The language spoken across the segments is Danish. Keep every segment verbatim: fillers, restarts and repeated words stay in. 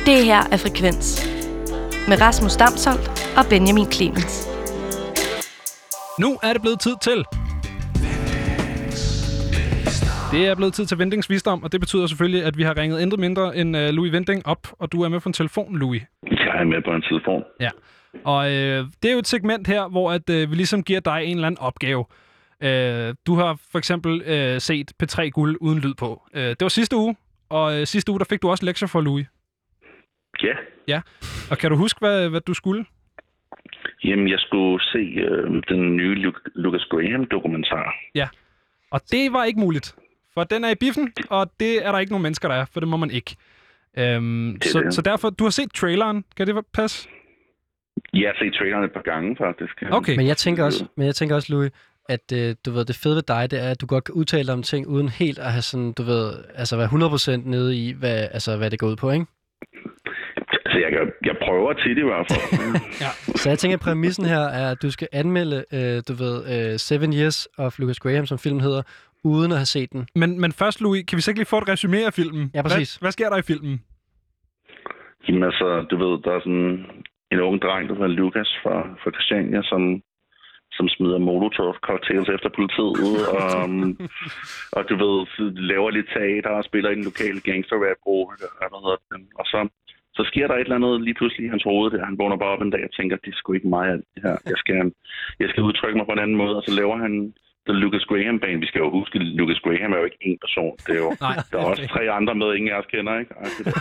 Det her er Frekvens med Rasmus Damsholdt og Benjamin Clemens. Nu er det blevet tid til... Det er blevet tid til Vindings Visdom, og det betyder selvfølgelig, at vi har ringet intet mindre end uh, Louis Vinding op, og du er med på en telefon, Louis. Jeg er med på en telefon. Ja, og øh, det er jo et segment her, hvor at, øh, vi ligesom giver dig en eller anden opgave. Øh, du har for eksempel øh, set P tre Guld uden lyd på. Øh, det var sidste uge, og øh, sidste uge der fik du også lektier for Louis. Ja. Ja, og kan du huske, hvad, hvad du skulle? Jamen, jeg skulle se øh, den nye Lu- Lucas Graham-dokumentar. Ja, og det var ikke muligt, for den er i biffen, og det er der ikke nogen mennesker, der er, for det må man ikke. Øhm, det så, det. så derfor, du har set traileren, kan det passe? Jeg har set traileren et par gange, faktisk. Okay. Men jeg tænker også, men jeg tænker også, Louis, at øh, du ved, det fede ved dig, det er, at du godt kan udtale dig om ting, uden helt at have sådan, du ved, altså være hundrede procent nede i, hvad, altså, hvad det går ud på, ikke? Altså, jeg, kan, jeg prøver tit i hvert fald. Ja. Så jeg tænker, at præmissen her er, at du skal anmelde, øh, du ved, øh, Seven Years of Lucas Graham, som film hedder, uden at have set den. Men, men først, Louis, kan vi så ikke lige få et resumé af filmen? Ja, præcis. Hvad, hvad sker der i filmen? Jamen altså, du ved, der er sådan en ung dreng, der hedder Lucas fra, fra Christiania, som, som smider Molotov-cocktails efter politiet, og, um, og du ved, laver lidt teater og spiller i den lokale gangster-rap-gruppe, og så, så sker der et eller andet lige pludselig i hans hoved, der han vågner bare op en dag og tænker, det er sgu ikke mig, det her. Jeg skal, jeg skal udtrykke mig på en anden måde, og så laver han The Lucas Graham Band. Vi skal jo huske, at Lucas Graham er jo ikke én person. Det er jo, Nej, der er også tre andre med, ingen af os kender, ikke?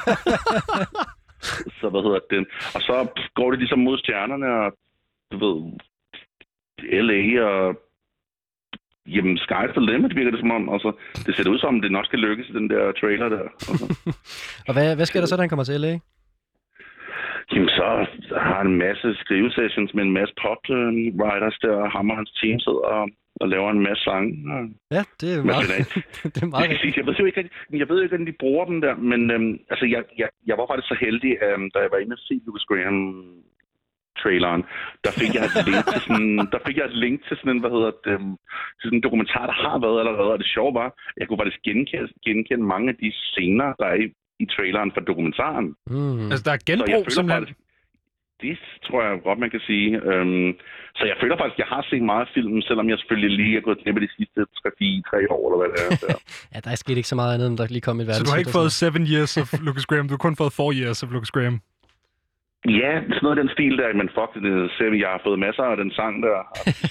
Så hvad hedder det? Og så går det ligesom mod stjernerne, og du ved, L A og jamen, sky's the limit, virker det som om. Altså, det ser ud som, om det nok skal lykkes i den der trailer der. Altså. Og hvad, hvad sker der så, da han kommer til L A? Jamen, så har han en masse skrivesessions med en masse pop-writers der, og ham og hans team sidder og, og laver en masse sange. Ja, det er meget, det er meget jeg, sige, jeg ved jo ikke, jeg ved ikke, hvordan de bruger den der, men øhm, altså, jeg, jeg, jeg var faktisk så heldig, øhm, da jeg var inde og se Lucas Graham traileren, der fik jeg et link til sådan, der fik jeg et link til sådan en, hvad hedder det, til sådan en dokumentar, der har været allerede, og det sjove var, jeg kunne faktisk genkende, genkende mange af de scener, der er i, i traileren for dokumentaren. Mm. Altså, der er genbrug, simpelthen. Faktisk, det tror jeg godt, man kan sige. Øhm, så jeg føler faktisk, at jeg har set meget af filmen, selvom jeg selvfølgelig lige er gået glip af de sidste tre år, eller hvad det er. Ja, der er sket ikke så meget andet, end der lige kom et verdenshit. Så du har ikke fået Seven Years of Lucas Graham, du har kun fået Four Years of Lucas Graham? Ja, sådan noget af den stil der, men fuck, det, jeg har fået masser af den sang der.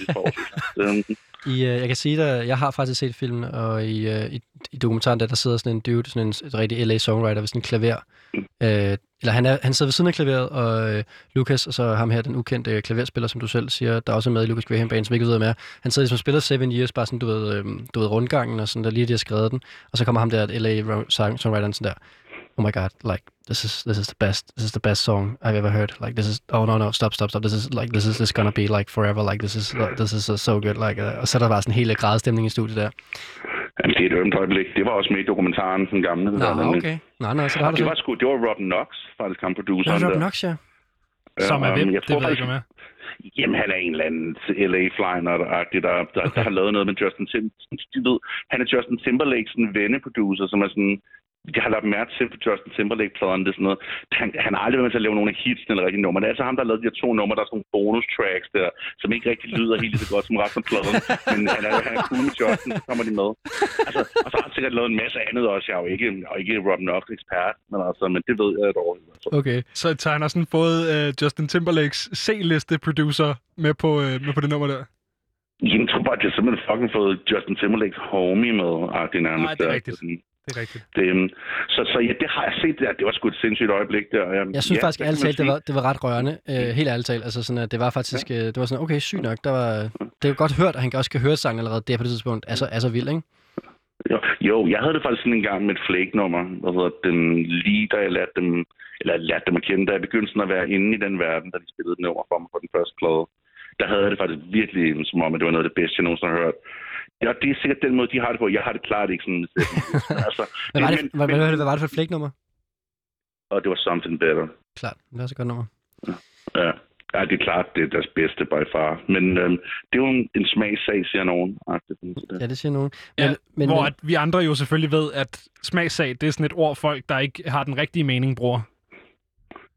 I, uh, jeg kan sige, at jeg har faktisk set filmen, og i, uh, i, i dokumentaren der, der sidder sådan en dude, sådan en et rigtig L A-songwriter ved sådan en klaver. Mm. Uh, eller han, er, han sidder ved siden af klaveret, og uh, Lucas, og så ham her, den ukendte klaverspiller, som du selv siger, der også er med i Lucas Graham Band, som ikke ved, hvem er. Han sidder ligesom og spiller Seven Years, bare sådan, du ved, øh, du ved rundgangen, og sådan der lige, de har skrevet den. Og så kommer ham der, L A-songwriteren, sådan der. Oh my god, like this is this is the best this is the best song I've ever heard. Like this is oh no no stop stop stop this is like this is this gonna be like forever, like this is this is so good, like uh, og så er der bare sådan en hel gradestemning i studiet der. Jamen, det er et ømt øjeblik. Det var også med i dokumentaren, den gamle. Nå, der, okay. Nej, nej, så der har du det var sgu, det var Rob Knox, faktisk ham produceren. Det var Rob Knox, ja. Som er hvem? Jeg det ved jeg ikke, med. Jamen, han er en eller anden L A-flyer-agtig, der, der, der har lavet noget med Justin Timberlake. Han er Justin Timberlakes venneproducer, som er sådan... Jeg har lagt mærke til på Justin Timberlake-pladen, det er sådan noget. Han, han har aldrig været med til at lave nogle af hits eller rigtige numre. Det er altså ham, der har lavet de her to numre, der er sådan nogle bonus-tracks der, som ikke rigtig lyder helt lige så godt som resten af pladen. Men han er, han er cool med Justin, så kommer de med. Altså, og så har han sikkert lavet en masse andet også. Jeg er jo ikke, jeg er ikke Rob Knox-ekspert, men, altså, men det ved jeg dog. Altså. Okay. Så, så han har sådan fået uh, Justin Timberlakes C-liste-producer med på, uh, med på det nummer der? Jeg tror bare, at jeg simpelthen fucking fået Justin Timberlakes homie med. Ah, det er nærmest. Nej, det er rigtigt. Det er rigtigt. Det, så, så ja, det har jeg set der. Det var sgu et sindssygt øjeblik der. Jeg, jeg synes ja, faktisk ærligt talt, det var, det var ret rørende. Øh, helt ærligt talt. Altså sådan, at det var faktisk, ja. det var sådan, okay, sygt nok. Der var, det er godt hørt, at han også kan høre sangen allerede der på det tidspunkt. Altså, er så vild, ikke? Jo, jo, jeg havde det faktisk sådan en gang med et flake-nummer. Altså, den, lige da jeg lærte dem, eller lærte dem at kende, da jeg begyndte sådan at være inde i den verden, da de spillede et nummer for mig på den første plade. Der havde jeg det faktisk virkelig som om, at det var noget af det bedste, jeg nogensinde har hørt. Ja, det er sikkert den måde, de har det på. Jeg har det klart ikke sådan. Altså, hvad, var det, men, hvad, men, hvad, hvad var det for et flake-nummer? Og det var Something Better. Klart, det er også et godt nummer. Ja, ja det er klart, det er deres bedste by far. Men øhm, det er jo en, en smagssag, siger nogen. Ja, det siger nogen. Men, ja, men, hvor men, at vi andre jo selvfølgelig ved, at smagssag, det er sådan et ord, folk, der ikke har den rigtige mening, bruger.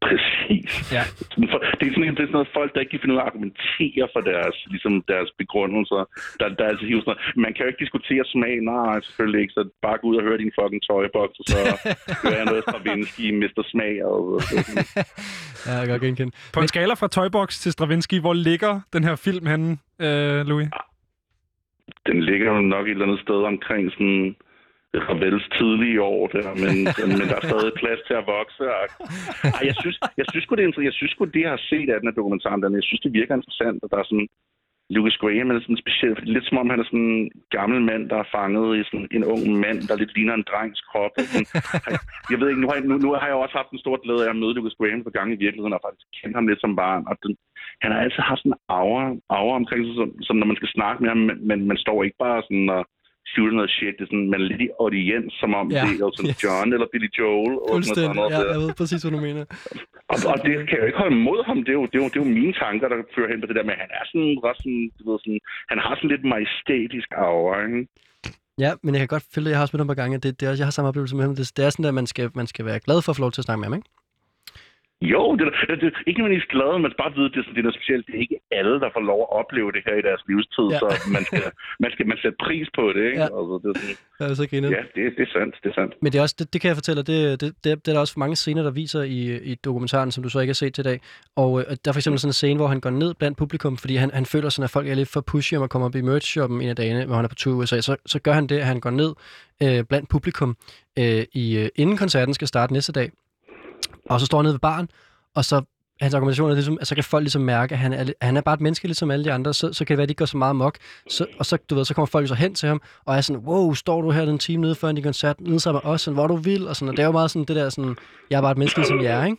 Præcis. Ja. Det er, sådan, det er sådan noget folk, der ikke kan finde ud af at argumentere for deres, ligesom deres begrundelser. Der, der er altså sådan noget, man kan jo ikke diskutere smag. Nej, selvfølgelig ikke. Så bare gå ud og høre din fucking tøjboks, og så hører jeg noget Stravinsky, mister smag. Og, og ja, jeg kan godt genkende. På en skala fra Toybox til Stravinsky, hvor ligger den her film henne, øh, Louis? Den ligger jo nok et eller andet sted omkring sådan Ravels tidlige år der, men, men der er stadig plads til at vokse. Ej, jeg synes, jeg synes sgu, det er jeg synes sgu, det jeg har set af den her dokumentaren, den, jeg synes, det virker interessant, at der er sådan Lucas Graham er sådan specielt, lidt som om han er sådan en gammel mand, der er fanget i sådan en ung mand, der lidt ligner en drengs krop. Sådan, jeg ved ikke, nu har jeg, nu, nu har jeg også haft en stor glæde af at møde Lucas Graham for gang i virkeligheden, og faktisk kendt ham lidt som barn, og den, han har altid haft sådan en aura, aura omkring sig, som, som når man skal snakke med ham, men, men man står ikke bare sådan og shooter noget shit. Det er sådan, man er lidt i audiens, som om ja, det er Elton yes. John eller Billy Joel. Fuldstændig, ja, jeg ved præcis, hvad du mener. Og, og det kan jeg jo ikke holde imod ham. Det er, jo, det, er jo, det er jo mine tanker, der fører hen på det der med, at han er sådan, sådan, du ved, sådan, han har sådan lidt majestætisk aura, ikke? Ja, men jeg kan godt følge, jeg har også mødt ham på gange. Det, det er, jeg har samme oplevelse med ham. Det, det er sådan, at man skal, man skal være glad for at få lov til at snakke med ham, ikke? Jo, det er, det er ikke nødvendigvis glad, men bare vide, at det, det er noget specielt. Det er ikke alle, der får lov at opleve det her i deres livstid, ja. Så man skal, man skal man sætte pris på det, ikke? Ja, altså, det er sådan, jeg er så grinet. Ja, det, det er sandt, det er sandt. Men det, er også, det, det kan jeg fortælle dig, det, det, det, det er der også for mange scener, der viser i, i dokumentaren, som du så ikke har set til i dag. Og øh, der er for eksempel sådan en scene, hvor han går ned blandt publikum, fordi han, han føler sådan, at folk er lidt for pushy, om at komme op i merch-shoppen en af dagene, hvor han er på tur i U S A. Så, så gør han det, at han går ned øh, blandt publikum, øh, i, øh, inden koncerten skal starte næste dag. Og så står han nede ved baren, og så hans argumentation er ligesom, at så kan folk ligesom mærke, at han er, at han er bare et menneske, ligesom alle de andre, så, så kan det være, at de ikke går så meget mok. Så, og så, du ved, så kommer folk så hen til ham, og er sådan, wow, står du her den time nede før en koncert, nede sammen med os, sådan, hvor du vil, og sådan, og det er jo meget sådan det der, sådan, jeg er bare et menneske, ligesom jeg er, ikke?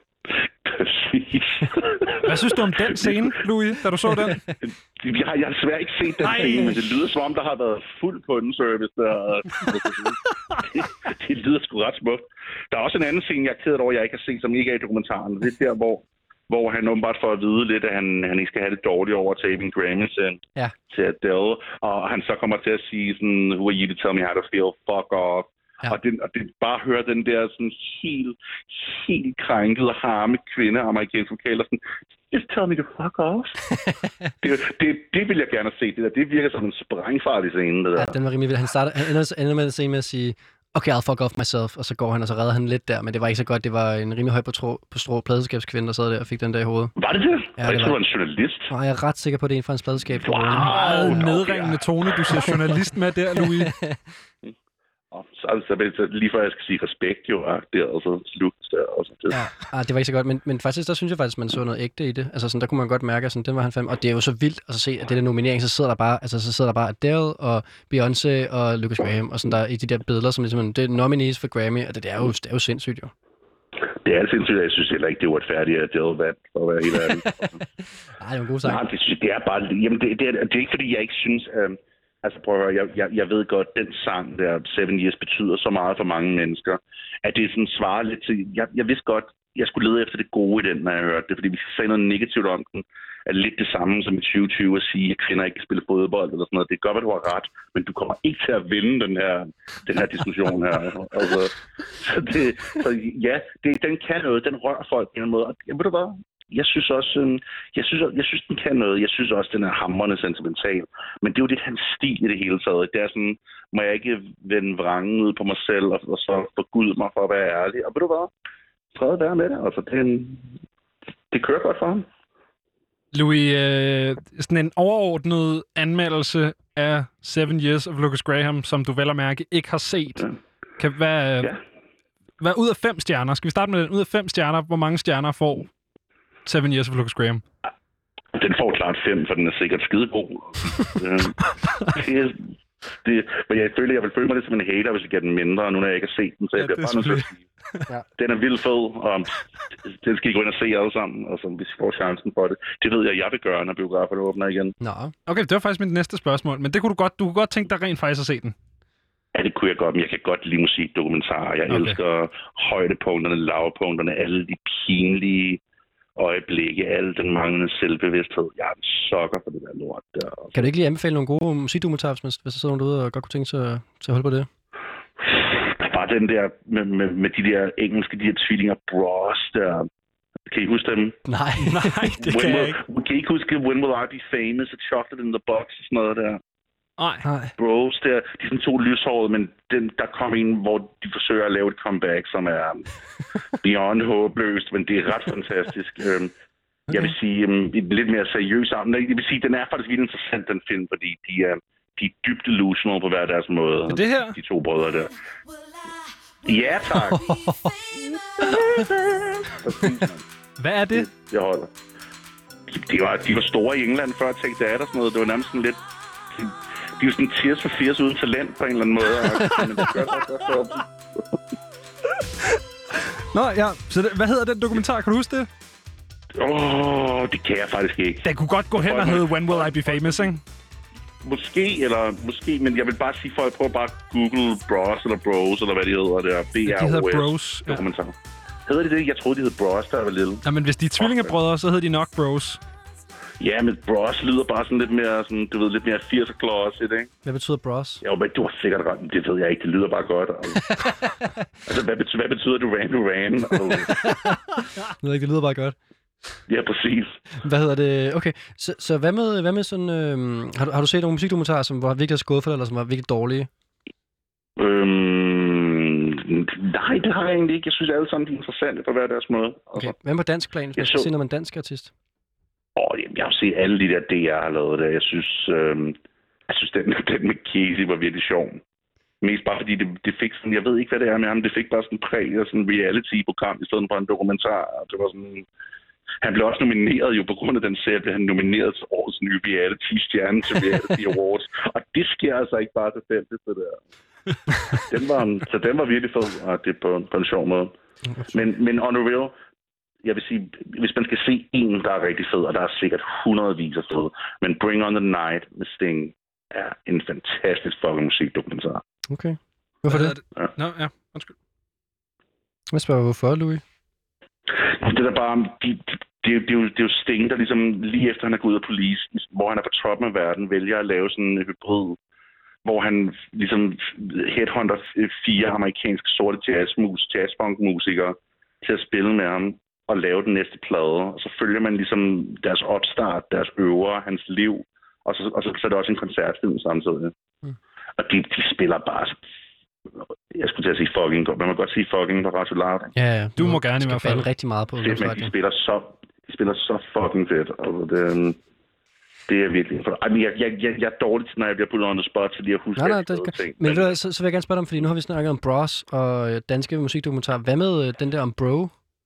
Præcis. Hvad synes du om den scene, Louis, da du så den? Jeg har, jeg har svært ikke set den Ej. scene, men det lyder som om, der har været fuld kundeservice. Der, det, det lyder sgu ret smukt. Der er også en anden scene, jeg er ked over, jeg ikke har set, som ikke er i dokumentaren. Det er der, hvor, hvor han åbenbart får at vide lidt, at han, han ikke skal have det dårligt over at tabe en Grammy til, ja. til Adele. Og han så kommer til at sige sådan, who are you to tell me how to feel? Fuck off. Ja. Og, det, og det bare høre den der sådan helt, helt krænkede, harme kvinde, amerikanske vokaler, sådan, just tell me to fuck off. det, det, det vil jeg gerne se. Det der, det virker som en sprængfarlig scene, det der. Ja, den var rimelig vild. Han starter, han ender, ender med at se med at sige, okay, I'll fuck off myself, og så går han, og så redder han lidt der, men det var ikke så godt. Det var en rimelig høj på, tro, på strå pladeskabskvinde, der sad der og fik den der i hovedet. Var det det? Ja, jeg det tror, det var en journalist. Og jeg er ret sikker på, at det er en fra hans pladeskab. Wow, meget okay, nedringende tone, du ser journalist med der, Louis. Og så, så, så lige før jeg skal sige respekt, jo, og det er altså slut der. Også. Det. Ja, ah, det var ikke så godt, men, men faktisk, der synes jeg faktisk, man så noget ægte i det. Altså sådan, der kunne man godt mærke, at sådan, den var han fandme. Og det er jo så vildt at se, at det der nominering, så sidder der bare, altså så sidder der bare Adele og Beyoncé og Lucas Graham, og sådan der i de der billeder, som ligesom, det er nominees for Grammy, og det, det, er jo, det er jo sindssygt jo. Det er sindssygt, jeg synes heller ikke, det er uretfærdigt, at Adele vandt, for at være helt ærlig. Nej, det er en god sang. Nej, det, det er bare, jamen det, det, er, det er ikke fordi, jeg ikke synes, øh, altså prøv at høre, jeg, jeg, jeg ved godt, den sang der, Seven Years, betyder så meget for mange mennesker, at det sådan svarer lidt til, jeg, jeg vidste godt, jeg skulle lede efter det gode i den, når jeg hørte det, fordi hvis jeg sagde noget negativt om den, er lidt det samme som i tyve tyve at sige, at kvinder ikke kan spille fodbold eller sådan noget. Det er godt, at du har ret, men du kommer ikke til at vinde den her, den her diskussion her. Altså, så, det, så ja, det, den kan noget, den rører folk på en måde. Og ja, ved du hvad? Jeg synes også, jeg synes, jeg synes, den kan noget. Jeg synes også, den er hamrende sentimental. Men det er jo lidt hans stil i det hele taget. Det er sådan, må jeg ikke vende vrangen ud på mig selv, og, og så forgude mig for at være ærlig. Og ved du hvad? Fred være med det. Altså, det, en, det kører godt for ham. Louis, øh, sådan en overordnet anmeldelse af Seven Years of Lucas Graham, som du vel at mærke ikke har set. Ja. Kan være, ja. Hvad ud af fem stjerner? Skal vi starte med den? Ud af fem stjerner, hvor mange stjerner får Seven Years of Lucas Graham? Den får klart fem, for den er sikkert skidegod. det, det, men jeg føler, jeg vil føle mig lidt som en hater, hvis jeg giver den mindre, nu når jeg ikke har set den. Så jeg ja, bliver bare nødt til at sige, ja. Den er vildt fed, og den skal I gå ind og se alle sammen, og så, hvis I får chancen for det. Det ved jeg, jeg vil gøre, når biograferne åbner igen. Nå. Okay, det var faktisk mit næste spørgsmål, men det kunne du godt, du kunne godt tænke dig rent faktisk at se den. Ja, det kunne jeg godt, men jeg kan godt lide musikdokumentarer. Jeg okay. elsker højdepunkterne, lavpunkterne, alle de pinlige øjeblikke, alle den manglende selvbevidsthed. Jeg er en sokker for det der lort der. Kan du ikke lige anbefale nogle gode musikdokumentarer, hvis der sidder nogen derude og godt kunne tænke sig til at holde på det? Bare den der med, med, med de der engelske, de her tvillinger Bros der. Kan I huske dem? Nej. Nej, det kan jeg ikke. Kan I ikke huske When Will I Be Famous? A Chocolate in the Box og sådan noget der? Nej. Nej. Bros, der, de er sådan to lyshårede, men den, der kom en, hvor de forsøger at lave et comeback, som er beyond håbløst, men det er ret fantastisk. Okay. Jeg vil sige, um, lidt mere seriøst sammen. Jeg vil sige, den er faktisk vildt interessant, den film, fordi de er, de er dybt delusional på hver deres måde. Er det her? De to brødre der. Ja, tak. Hvad er det? det jeg holder. De, de, var, de var store i England før Take That og sådan noget. Det var nærmest sådan lidt... De, de var sådan Tears for Fears uden talent på en eller anden måde. Men det gør godt, Nå, ja. Så det, hvad hedder den dokumentar? Kan du huske det? Åh, oh, det kan jeg faktisk ikke. Den kunne godt gå hen og hedde When Will I Be Famous, ikke? Måske, eller måske, men jeg vil bare sige, folk prøver bare at google Bros eller Bros, eller hvad de hedder der. B R O S. De hedder Bros, ja. Hedder de det? Jeg troede, de hed Bros, der var lille. Ja, men hvis de er tvillingebrødre, så hedder de nok Bros. Ja, men Bros lyder bare sådan lidt mere, sådan, du ved, lidt mere firser klods, ikke? Hvad betyder Bros? Jo, men du har sikkert ret. Det ved jeg ikke. Det lyder bare godt. Altså, hvad betyder, hvad betyder Duran Duran? Jeg ved ikke, det lyder bare godt. Ja, præcis. Hvad hedder det? Okay, så, så hvad med, hvad med sådan... Øhm, har, du, har du set nogle musikdokumentarer, som var virkelig skåret for dig, eller som var virkelig dårlige? Øhm, nej, det har jeg egentlig ikke. Jeg synes alle sammen, de er interessante på hver deres måde. Okay, altså, hvad på dansk plan? Hvad skal så... se, når man er dansk artist? Åh, jeg har set alle de der D R har lavet der. Jeg synes, øhm, jeg synes den, den med Casey var virkelig sjov. Mest bare fordi det, det fik sådan... Jeg ved ikke, hvad det er med ham. Det fik bare sådan en præg af sådan en reality-program i stedet for en dokumentar. Det var sådan... Han blev også nomineret jo på grund af den serie, blev han nomineret til årets nye reality-stjerne til Reality Awards. Og det sker altså ikke bare tilfældigt, det der. Den var, så den var virkelig fed, og det på, på en sjov måde. Men, men on the real, jeg vil sige, hvis man skal se en, der er rigtig fed, og der er sikkert hundredvis af fed, men Bring on the Night med Sting er en fantastisk fucking musikdokumentar. Okay. Hvorfor det? Ja. Nå, ja. Undskyld. Hvad spørger hvorfor, Louis? Det er bare, de, de, det, det, er jo, det er jo Sting, der ligesom lige efter han er gået ud af police, hvor han er på toppen af verden, vælger at lave sådan en hybrid, hvor han ligesom headhunter fire amerikanske sorte jazzmus, jazzfunk-musikere til at spille med ham og lave den næste plade. Og så følger man ligesom deres opstart, deres øvre, hans liv, og så, og så, så er det også en koncertfilm samtidig. Mm. Og de, de spiller bare... Jeg skulle til at sige fucking godt. Man må godt sige fucking på Radio Loud. Ja, ja. Du må gerne i hvert fald. rigtig meget på det, men de spiller så, de spiller så fucking fedt. Altså, det, det er virkelig... Jeg, jeg, jeg, jeg er dårlig til, når jeg bliver puttet on the spot, så lige at huske... Nej, nej, det skal... ting. Men, men så, så vil jeg gerne spørge dig om, fordi nu har vi snakket om Bros og danske musikdokumentarer. Hvad med den der om Bro?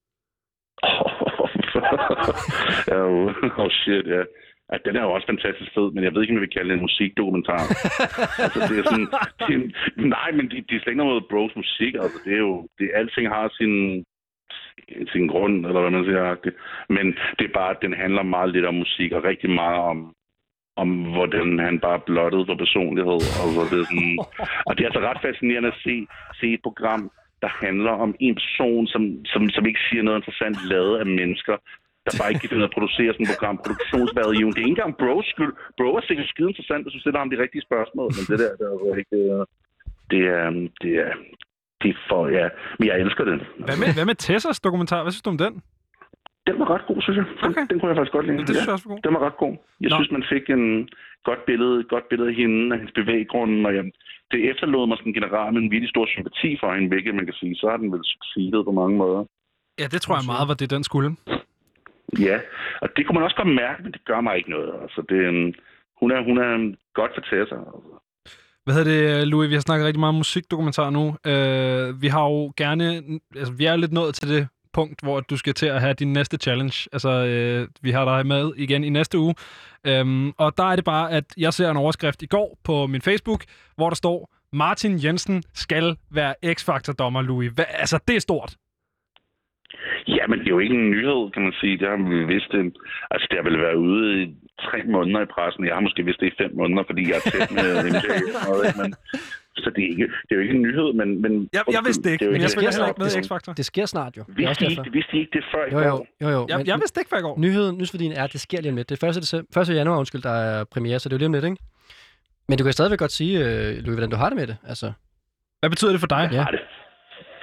oh, oh shit, ja. Ja, den er jo også fantastisk fed, men jeg ved ikke, om jeg vil kalde det en musikdokumentar. altså, det er sådan... Det, nej, men det de er slet ikke noget Bros musik. Altså, det er jo... Det, alting har sin, sin grund, eller hvad man siger. Men det er bare, at den handler meget lidt om musik, og rigtig meget om, om hvordan han bare blottede for personlighed. Altså, det er sådan, og det er altså ret fascinerende at se, se et program, der handler om en person, som, som, som ikke siger noget interessant, lavet af mennesker, der bare ikke kan finde ud af at producere sådan et program. Produktionsvalue. Det er ikke engang Bros skyld. Bro er sikkert skide interessant, hvis du stiller ham de rigtige spørgsmål. Men det der, der er ikke... Det er... Det er... Det er for... Ja. Men jeg elsker den. Hvad med, hvad med Tessas dokumentar? Hvad synes du om den? Den var ret god, synes jeg. Den, okay. den kunne jeg faktisk godt lide. Det synes jeg også var god. Den var ret god. Jeg Nå. synes, man fik en godt billede, godt billede af hende og hendes bevæggrunden. Og jeg, det efterlod mig sådan generelt med en virkelig stor sympati for hende, hvilket man kan sige. Så har den vel succeset på mange måder. Ja, det tror jeg meget var det, den skulle. Ja, og det kunne man også godt mærke, men det gør mig ikke noget. Altså, det, hun, er, hun er godt for Tessa. Altså. Hvad hedder det, Louis? Vi har snakket rigtig meget om musikdokumentar nu. Uh, vi har jo gerne... Altså, vi er lidt nået til det punkt, hvor du skal til at have din næste challenge. Altså, uh, vi har dig med igen i næste uge. Um, og der er det bare, at jeg ser en overskrift i går på min Facebook, hvor der står, Martin Jensen skal være X-Factor-dommer, Louis. Hva? Altså, det er stort. Ja, men det er jo ikke en nyhed, kan man sige. Det har vi vidst. Altså, det har vel været ude i tre måneder i pressen. Jeg har måske vidst det i fem måneder, fordi jeg er tæt med M J og noget, men så det er, ikke, det er jo ikke en nyhed, men... men jeg, jeg vidste det ikke, det men jeg spiller heller ikke med X-Factor. Det sker snart jo. Vidste I ikke, vidste I ikke det før i jo, jo, jo, jo. Jeg, jeg vidste det ikke før i går. Nyheden, nysverdien er, at det sker lige om lidt. Det er første januar, undskyld, der er premiere, så det er jo lige om lidt, ikke? Men du kan stadigvæk godt sige, Louis, hvordan du har det med det, altså. Hvad betyder det for dig? Jeg har det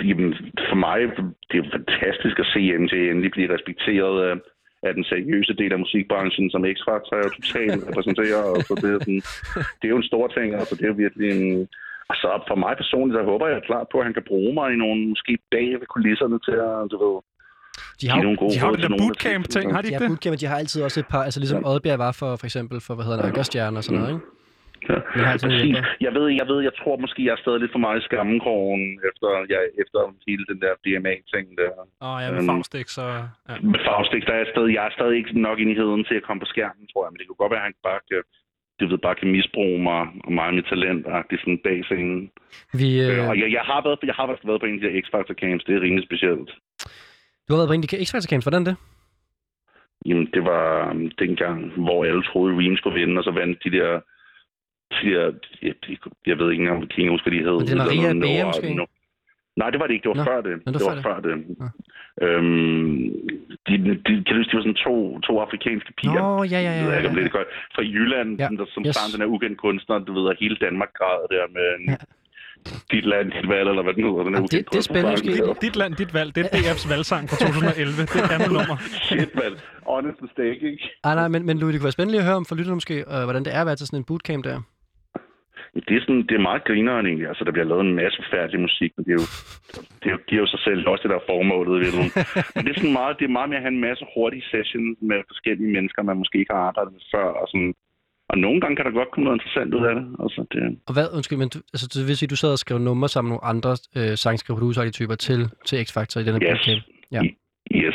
jamen, for mig det er fantastisk at se M J endelig blive respekteret af, af den seriøse del af musikbranchen, som X-Factor er jo totalt repræsenterer. Og så det, er sådan, det er jo en stor ting, altså det er jo virkelig en... Altså for mig personligt, der håber jeg klart på, at han kan bruge mig i nogle måske bag ved kulisserne til at, du ved... De har, de har det der bootcamp-ting, har de ikke ja, det? Bootcamp, de har altid også et par, altså ligesom ja. Oddbjerg var for, for eksempel for, hvad hedder det, Ankerstjerne og sådan noget, ikke? Ja. Jeg ved, jeg ved, jeg tror måske, jeg er stadig lidt for meget i skammekrogen efter, ja, efter hele den der D M A-ting der. Åh oh, ja, med Faustix, så... Ja. Med Faustix, der er jeg stadig, jeg er stadig ikke nok inde i heden til at komme på skærmen, tror jeg. Men det kunne godt være, at han bare kan, det ved, bare kan misbruge mig og mig og mit talent og det er sådan bag scenen. Vi, øh... Og jeg, jeg, har været, jeg har været på en af de der X-Factor camps, det er rimelig specielt. Du har været på en af de X-Factor camps, hvordan det? Jamen, det var um, dengang, hvor alle troede, Reem skulle vinde, og så vandt de der... Jeg, jeg, jeg ved ikke engang, hvad husker, de hed. Men det er Maria Bea, måske? No. Nej, det var det ikke. Det var Nå, før det. Det var, var før det. det. Øhm, de, de, de, de var sådan to, to afrikanske piger. Nå, ja, ja, ja. ja, ja. Det godt. Fra Jylland, ja. der, som yes. sang den her ukendt kunstner, du ved, at hele Danmark græd der med ja. Dit land, dit valg, eller hvad den hedder. Den Jamen, det, det er spændende, måske. Dit, dit land, dit valg. Det er D F's valgsang fra to tusind og elleve. Det er et andet nummer. Shit, man. Honest mistake, ikke? Ah, nej, men, men Louis, det kunne være spændende at høre om for lytterne måske, øh, hvordan det er at være til sådan en bootcamp der. Det er, sådan, det er meget grineren egentlig. Altså, der bliver lavet en masse færdig musik, men det, er jo, det giver jo sig selv også det der formålet. Ved du. Men det er, sådan meget, det er meget mere at have en masse hurtige sessions med forskellige mennesker, man måske ikke har arbejdet med før. Og, sådan. Og nogle gange kan der godt komme noget interessant ud af det. Altså, det... Og hvad, undskyld, men du, altså, det vil sige, at du sad og skrev numre sammen med nogle andre øh, sangskriver-producer-typer til, til X-Factor i den her yes. bootcamp? Ja. Yes.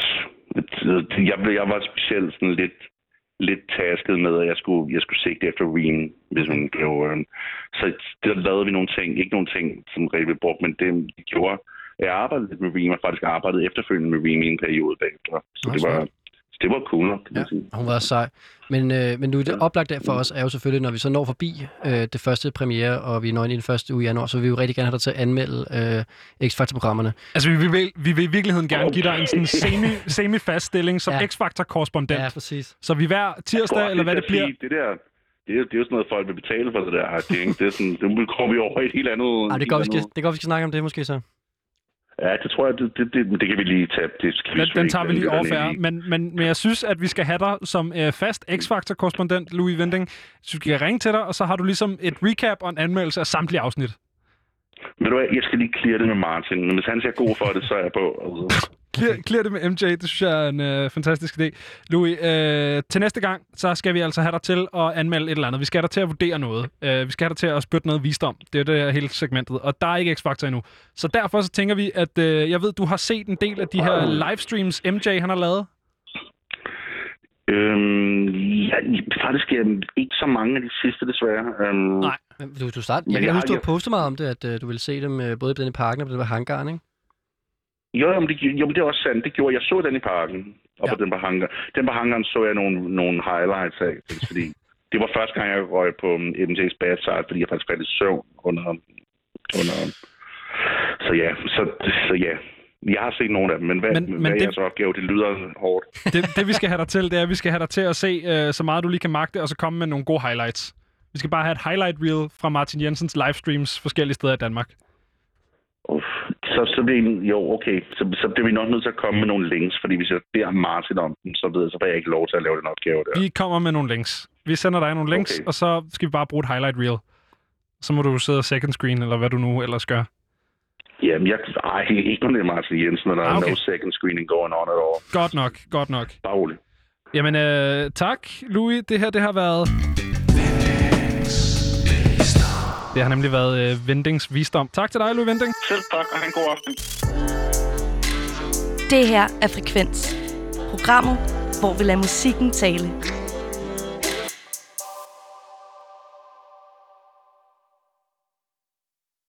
Jeg, jeg var specielt sådan lidt... lidt tasket med, at jeg skulle, jeg skulle sigte efter Reem, hvis hun blev... Øh. Så der lavede vi nogle ting, ikke nogle ting, som rigtig blev brugt, men det de gjorde... Jeg arbejdede lidt med Reem, og faktisk arbejdede efterfølgende med Reem i en periode bagefter. Så det var, det var cool nok, kan ja, man sige. Hun var sej. Men, øh, men nu, det ja. oplagt for os er jo selvfølgelig, når vi så når forbi øh, det første premiere, og vi når ind i den første uge i januar, så vil vi jo rigtig gerne have dig til at anmelde øh, X-Factor-programmerne. Altså, vi vil, vi vil i virkeligheden gerne give dig en sådan semi, semi-fast stilling som ja. X-Factor-korrespondent. Ja, præcis. Så vi hver tirsdag, godt, eller hvad det, det bliver... Sige, det der... Det er, det er jo sådan noget, folk vil betale for det der. Det er sådan, det kommer vi over i et helt andet... Ej, det går, vi skal, det går, vi skal snakke om det måske så. Ja, det tror jeg, det, det, det, det kan vi lige tage. Det skal vi den, den tager vi lige overfærd. Men, men, men jeg synes, at vi skal have dig som øh, fast X-Factor-korrespondent, Louis Winding. Så vi kan ringe til dig, og så har du ligesom et recap og en anmeldelse af samtlige afsnit. Ved du hvad, jeg skal lige clear det med Martin, men hvis han siger god for det, så er jeg på. Altså. Clear, clear det med M J, det synes jeg er en øh, fantastisk idé. Louis, øh, til næste gang, så skal vi altså have dig til at anmelde et eller andet. Vi skal have dig til at vurdere noget. Øh, vi skal have dig til at spytte noget visdom. Det er det her hele segmentet, og der er ikke X-Factor endnu. Så derfor så tænker vi, at øh, jeg ved, du har set en del af de her livestreams, M J han har lavet. Øhm, ja, faktisk øh, ikke så mange af de sidste, desværre. Øhm, Nej, men du, du starter. Jeg kan huske, du har postet meget om det, at øh, du ville se dem øh, både på den i parken og på den ved hangaren, ikke? Jo, jamen det, jo, det er også sandt. Det gjorde jeg. så den i parken, og ja. på den på hangaren. Den på hangaren så jeg nogle, nogle highlights af, fordi det var første gang, jeg røg på M J's bad side, fordi jeg faktisk faldt i søvn under, under... Så ja, så, så ja. Jeg har set nogle af dem, men hvad, men, hvad men er det, jeres opgave? Det lyder hårdt. Det, det, vi skal have dig til, det er, at vi skal have dig til at se uh, så meget, du lige kan magte, og så komme med nogle gode highlights. Vi skal bare have et highlight reel fra Martin Jensens livestreams forskellige steder i Danmark. Uff, så, så bliver jo, okay. Så, så bliver vi nok nødt til at komme med nogle links, fordi hvis jeg beder Martin om den, så, ved, så får jeg ikke lov til at lave den opgave der. Vi kommer med nogle links. Vi sender dig nogle links, okay. Og så skal vi bare bruge et highlight reel. Så må du sidde second screen, eller hvad du nu ellers gør. Jamen, jeg... Ej, ikke noget Martin Jensen, og der er okay. no second screening going on at all. Godt nok, godt nok. Bare roligt. Jamen, øh, tak, Louis. Det her, det har været... Det har nemlig været øh, Windings visdom. Tak til dig, Louis Winding. Selv tak, og have en god aften. Det her er Frekvens. Programmet, hvor vi lader musikken tale.